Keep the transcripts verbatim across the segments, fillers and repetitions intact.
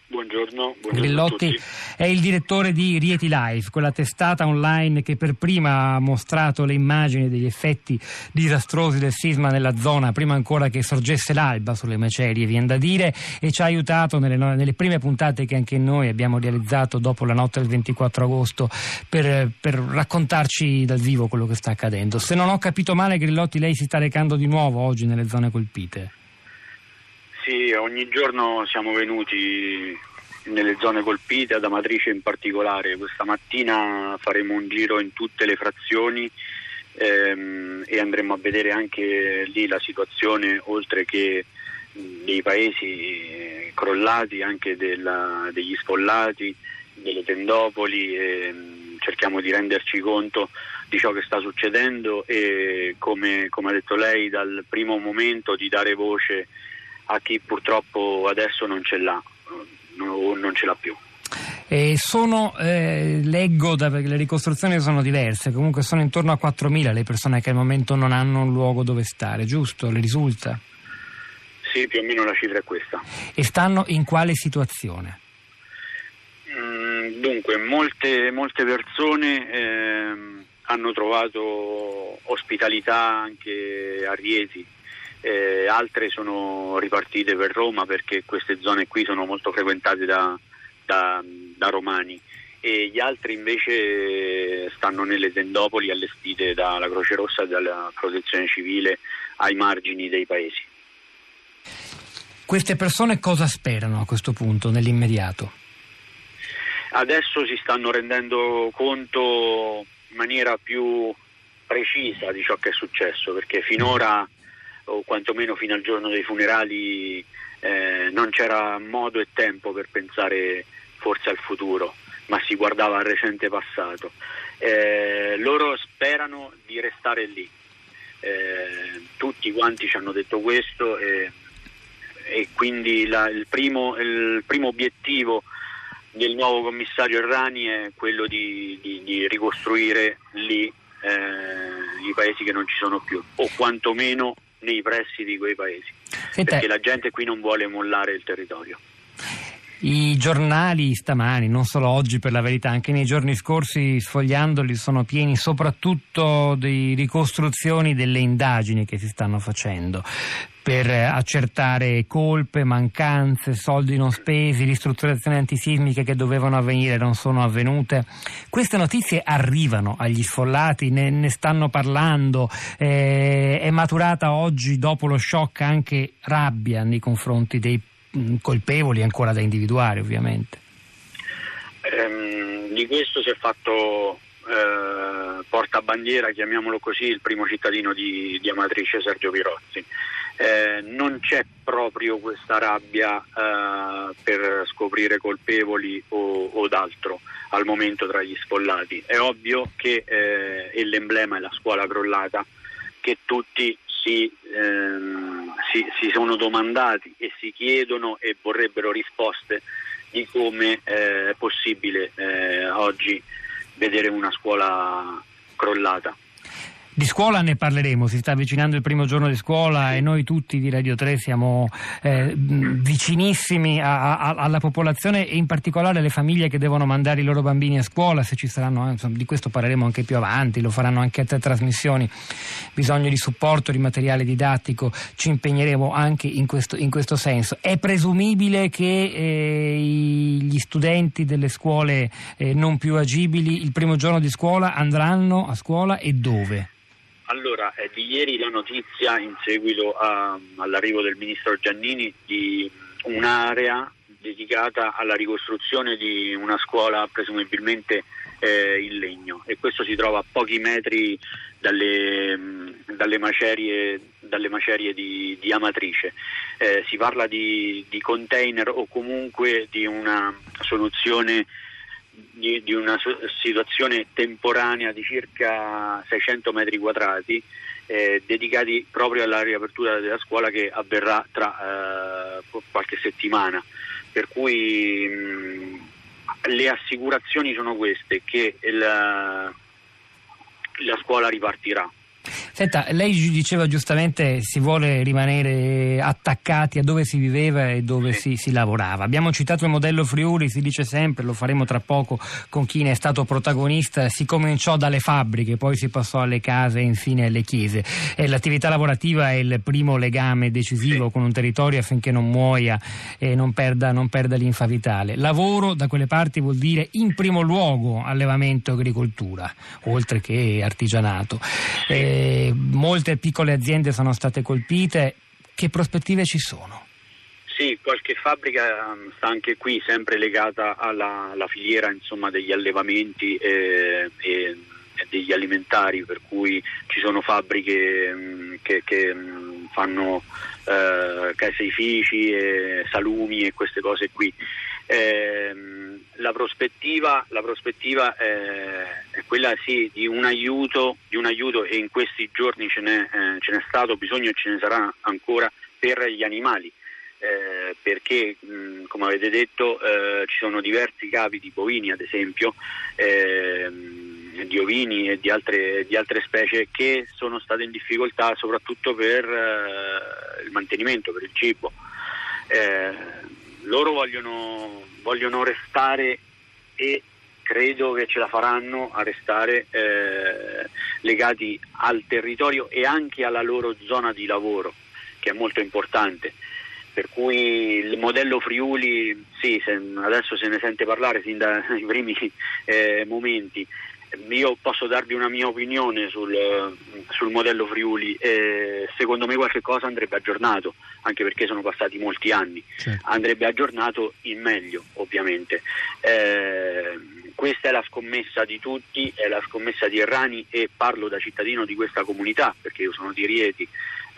Buongiorno, buongiorno Grillotti a tutti. È il direttore di Rieti Live, quella testata online che per prima ha mostrato le immagini degli effetti disastrosi del sisma nella zona, prima ancora che sorgesse l'alba sulle macerie, viene da dire, e ci ha aiutato nelle, nelle prime puntate che anche noi abbiamo realizzato dopo la notte del ventiquattro agosto per, per raccontarci dal vivo quello che sta accadendo. Se non ho capito male, Grillotti, lei si sta recando di nuovo oggi nelle zone colpite. Sì, ogni giorno siamo venuti nelle zone colpite, ad Amatrice in particolare. Questa mattina faremo un giro in tutte le frazioni ehm, e andremo a vedere anche lì la situazione, oltre che dei paesi crollati, anche della, degli sfollati, delle tendopoli. E cerchiamo di renderci conto di ciò che sta succedendo e, come, come ha detto lei, dal primo momento di dare voce a chi purtroppo adesso non ce l'ha o non ce l'ha più. E sono, eh, leggo, da, perché le ricostruzioni sono diverse, comunque sono intorno a quattromila le persone che al momento non hanno un luogo dove stare, giusto? Le risulta? Sì, più o meno la cifra è questa. E stanno in quale situazione? Mm, dunque, molte, molte persone ehm, hanno trovato ospitalità anche a Rieti. Eh, altre sono ripartite per Roma, perché queste zone qui sono molto frequentate da, da, da romani, e gli altri invece stanno nelle tendopoli allestite dalla Croce Rossa e dalla Protezione Civile ai margini dei paesi. Queste persone cosa sperano a questo punto, nell'immediato? Adesso si stanno rendendo conto in maniera più precisa di ciò che è successo, perché finora, o quantomeno fino al giorno dei funerali, eh, non c'era modo e tempo per pensare forse al futuro, ma si guardava al recente passato. Eh, loro sperano di restare lì, eh, tutti quanti ci hanno detto questo, eh, e quindi la, il, primo, il primo obiettivo del nuovo commissario Errani è quello di, di, di ricostruire lì eh, i paesi che non ci sono più, o quantomeno nei pressi di quei paesi. Senta, perché la gente qui non vuole mollare il territorio. I giornali stamani, non solo oggi per la verità, anche nei giorni scorsi, sfogliandoli, sono pieni soprattutto di ricostruzioni delle indagini che si stanno facendo per accertare colpe, mancanze, soldi non spesi, ristrutturazioni antisismiche che dovevano avvenire non sono avvenute. Queste notizie arrivano agli sfollati, ne, ne stanno parlando, eh, è maturata oggi dopo lo shock anche rabbia nei confronti dei colpevoli ancora da individuare, ovviamente. Ehm, di questo si è fatto eh, portabandiera, chiamiamolo così, il primo cittadino di, di Amatrice, Sergio Pirozzi. Eh, non c'è proprio questa rabbia eh, per scoprire colpevoli o, o d'altro al momento tra gli sfollati. È ovvio che eh, e l'emblema è la scuola crollata, che tutti si, ehm, si, si sono domandati e si chiedono e vorrebbero risposte di come eh, è possibile eh, oggi vedere una scuola crollata. Di scuola ne parleremo, si sta avvicinando il primo giorno di scuola e noi tutti di Radio tre siamo eh, vicinissimi a, a, alla popolazione e in particolare alle famiglie che devono mandare i loro bambini a scuola, se ci saranno, insomma, di questo parleremo anche più avanti, lo faranno anche altre trasmissioni, bisogno di supporto, di materiale didattico, ci impegneremo anche in questo, in questo senso. È presumibile che eh, gli studenti delle scuole eh, non più agibili il primo giorno di scuola andranno a scuola e dove? Allora, è di ieri la notizia, in seguito a, all'arrivo del ministro Giannini, di un'area dedicata alla ricostruzione di una scuola presumibilmente eh, in legno, e questo si trova a pochi metri dalle, dalle macerie, dalle macerie di, di Amatrice. Eh, si parla di, di container o comunque di una soluzione Di, di una situazione temporanea di circa seicento metri quadrati eh, dedicati proprio alla riapertura della scuola, che avverrà tra eh, qualche settimana, per cui mh, le assicurazioni sono queste, che la, la scuola ripartirà. Senta, lei diceva giustamente si vuole rimanere attaccati a dove si viveva e dove sì. si, si lavorava. Abbiamo citato il modello Friuli, si dice sempre, lo faremo tra poco con chi ne è stato protagonista, si cominciò dalle fabbriche, poi si passò alle case e infine alle chiese. E l'attività lavorativa è il primo legame decisivo sì. con un territorio affinché non muoia e non perda, non perda linfa vitale. Lavoro da quelle parti vuol dire in primo luogo allevamento e agricoltura, oltre che artigianato. E molte piccole aziende sono state colpite. Che prospettive ci sono? Sì, qualche fabbrica sta anche qui sempre legata alla, alla filiera, insomma, degli allevamenti e, e, e degli alimentari, per cui ci sono fabbriche mh, che, che mh, fanno eh, caseifici e salumi e queste cose qui. Eh, la prospettiva, la prospettiva è, è quella sì di un aiuto, di un aiuto e in questi giorni ce n'è, eh, ce n'è stato bisogno e ce ne sarà ancora per gli animali, eh, perché mh, come avete detto eh, ci sono diversi capi di bovini ad esempio, eh, di ovini e di altre, di altre specie che sono state in difficoltà soprattutto per eh, il mantenimento, per il cibo. Eh, loro vogliono, vogliono restare e credo che ce la faranno a restare eh, legati al territorio e anche alla loro zona di lavoro, che è molto importante. Per cui il modello Friuli, sì, se, adesso se ne sente parlare sin dai primi eh, momenti. Io posso darvi una mia opinione sul, sul modello Friuli, eh, secondo me qualche cosa andrebbe aggiornato, anche perché sono passati molti anni, certo. Andrebbe aggiornato in meglio ovviamente. Eh, questa è la scommessa di tutti, è la scommessa di Errani e parlo da cittadino di questa comunità perché io sono di Rieti.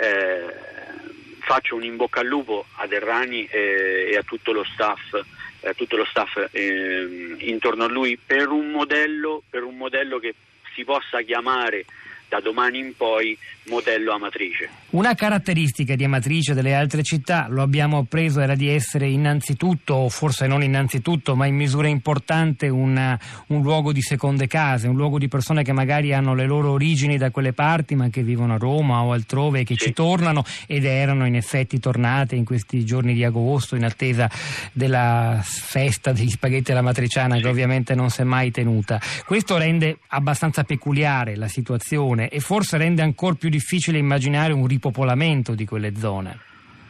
Eh, faccio un in bocca al lupo ad Errani e, e a tutto lo staff a tutto lo staff eh, intorno a lui per un modello per un modello che si possa chiamare da domani in poi modello Amatrice. Una caratteristica di Amatrice delle altre città, lo abbiamo appreso, era di essere innanzitutto, o forse non innanzitutto, ma in misura importante una, un luogo di seconde case, un luogo di persone che magari hanno le loro origini da quelle parti ma che vivono a Roma o altrove e che sì. ci tornano ed erano in effetti tornate in questi giorni di agosto in attesa della festa degli spaghetti alla matriciana sì. che ovviamente non si è mai tenuta. Questo rende abbastanza peculiare la situazione e forse rende ancora più difficile immaginare un ripopolamento di quelle zone.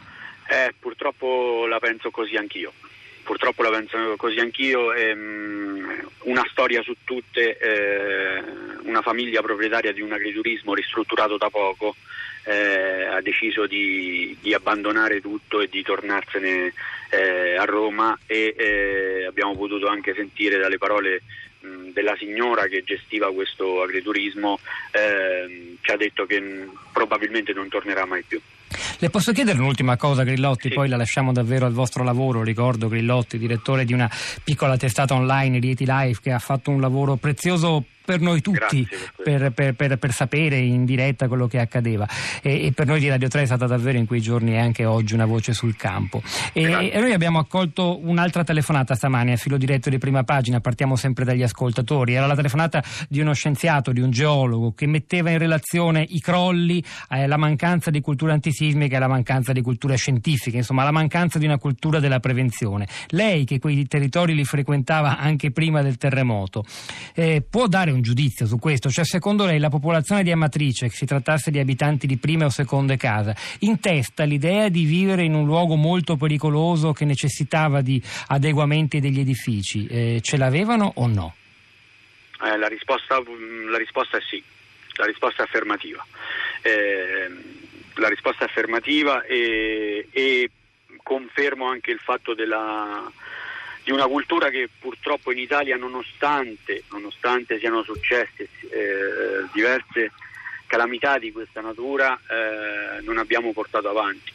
Eh, purtroppo la penso così anch'io. Purtroppo la penso così anch'io. Ehm, una storia su tutte, eh, una famiglia proprietaria di un agriturismo ristrutturato da poco eh, ha deciso di, di abbandonare tutto e di tornarsene eh, a Roma e eh, abbiamo potuto anche sentire dalle parole della signora che gestiva questo agriturismo, eh, ci ha detto che mh, probabilmente non tornerà mai più. Le posso chiedere un'ultima cosa, Grillotti, sì. poi la lasciamo davvero al vostro lavoro. Ricordo Grillotti, direttore di una piccola testata online, Rieti Live, che ha fatto un lavoro prezioso per noi tutti, per, per, per, per sapere in diretta quello che accadeva e, e per noi di Radio tre è stata davvero in quei giorni e anche oggi una voce sul campo. E, e noi abbiamo accolto un'altra telefonata stamani a filo diretto di Prima Pagina, partiamo sempre dagli ascoltatori. Era la telefonata di uno scienziato, di un geologo che metteva in relazione i crolli, eh, la mancanza di cultura antisismica e la mancanza di cultura scientifica, insomma la mancanza di una cultura della prevenzione. Lei che quei territori li frequentava anche prima del terremoto, eh, può dare un un giudizio su questo? Cioè, secondo lei la popolazione di Amatrice, che si trattasse di abitanti di prime o seconde case, in testa l'idea di vivere in un luogo molto pericoloso che necessitava di adeguamenti degli edifici, eh, ce l'avevano o no? Eh, la risposta la risposta è sì, la risposta è affermativa. Eh, la risposta è affermativa e, e confermo anche il fatto della di una cultura che purtroppo in Italia, nonostante, nonostante siano successe eh, diverse calamità di questa natura, eh, non abbiamo portato avanti.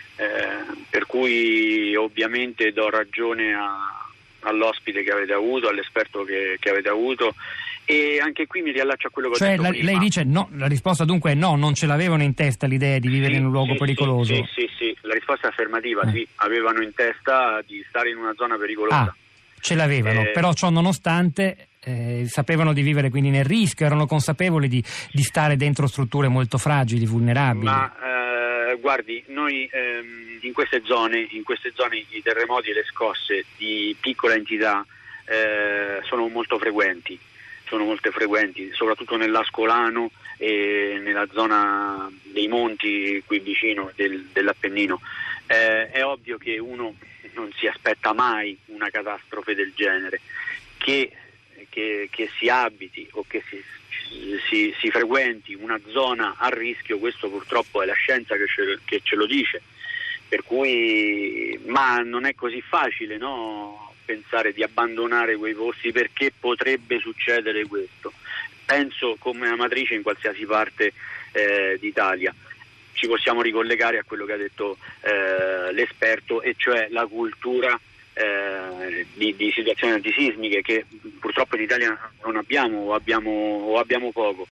Eh, per cui ovviamente do ragione a, all'ospite che avete avuto, all'esperto che, che avete avuto, e anche qui mi riallaccio a quello che cioè, ho detto la, prima. Lei dice no, la risposta dunque è no, non ce l'avevano in testa l'idea di vivere sì, in un luogo sì, pericoloso? Sì, sì, sì, la risposta è affermativa, eh. sì, avevano in testa di stare in una zona pericolosa. Ah, ce l'avevano, eh, però ciò nonostante eh, sapevano di vivere quindi nel rischio, erano consapevoli di, di stare dentro strutture molto fragili, vulnerabili. Ma eh, guardi, noi ehm, in queste zone, in queste zone i terremoti e le scosse di piccola entità eh, sono molto frequenti, sono molto frequenti, soprattutto nell'Ascolano e nella zona dei monti qui vicino del, dell'Appennino. Eh, è ovvio che uno non si aspetta mai una catastrofe del genere, che, che, che si abiti o che si, si, si frequenti una zona a rischio. Questo purtroppo è la scienza che ce, che ce lo dice, per cui, ma non è così facile, no? Pensare di abbandonare quei posti perché potrebbe succedere questo. Penso come Amatrice in qualsiasi parte eh, d'Italia. Ci possiamo ricollegare a quello che ha detto eh, l'esperto, e cioè la cultura eh, di, di situazioni antisismiche che purtroppo in Italia non abbiamo o abbiamo, o abbiamo poco.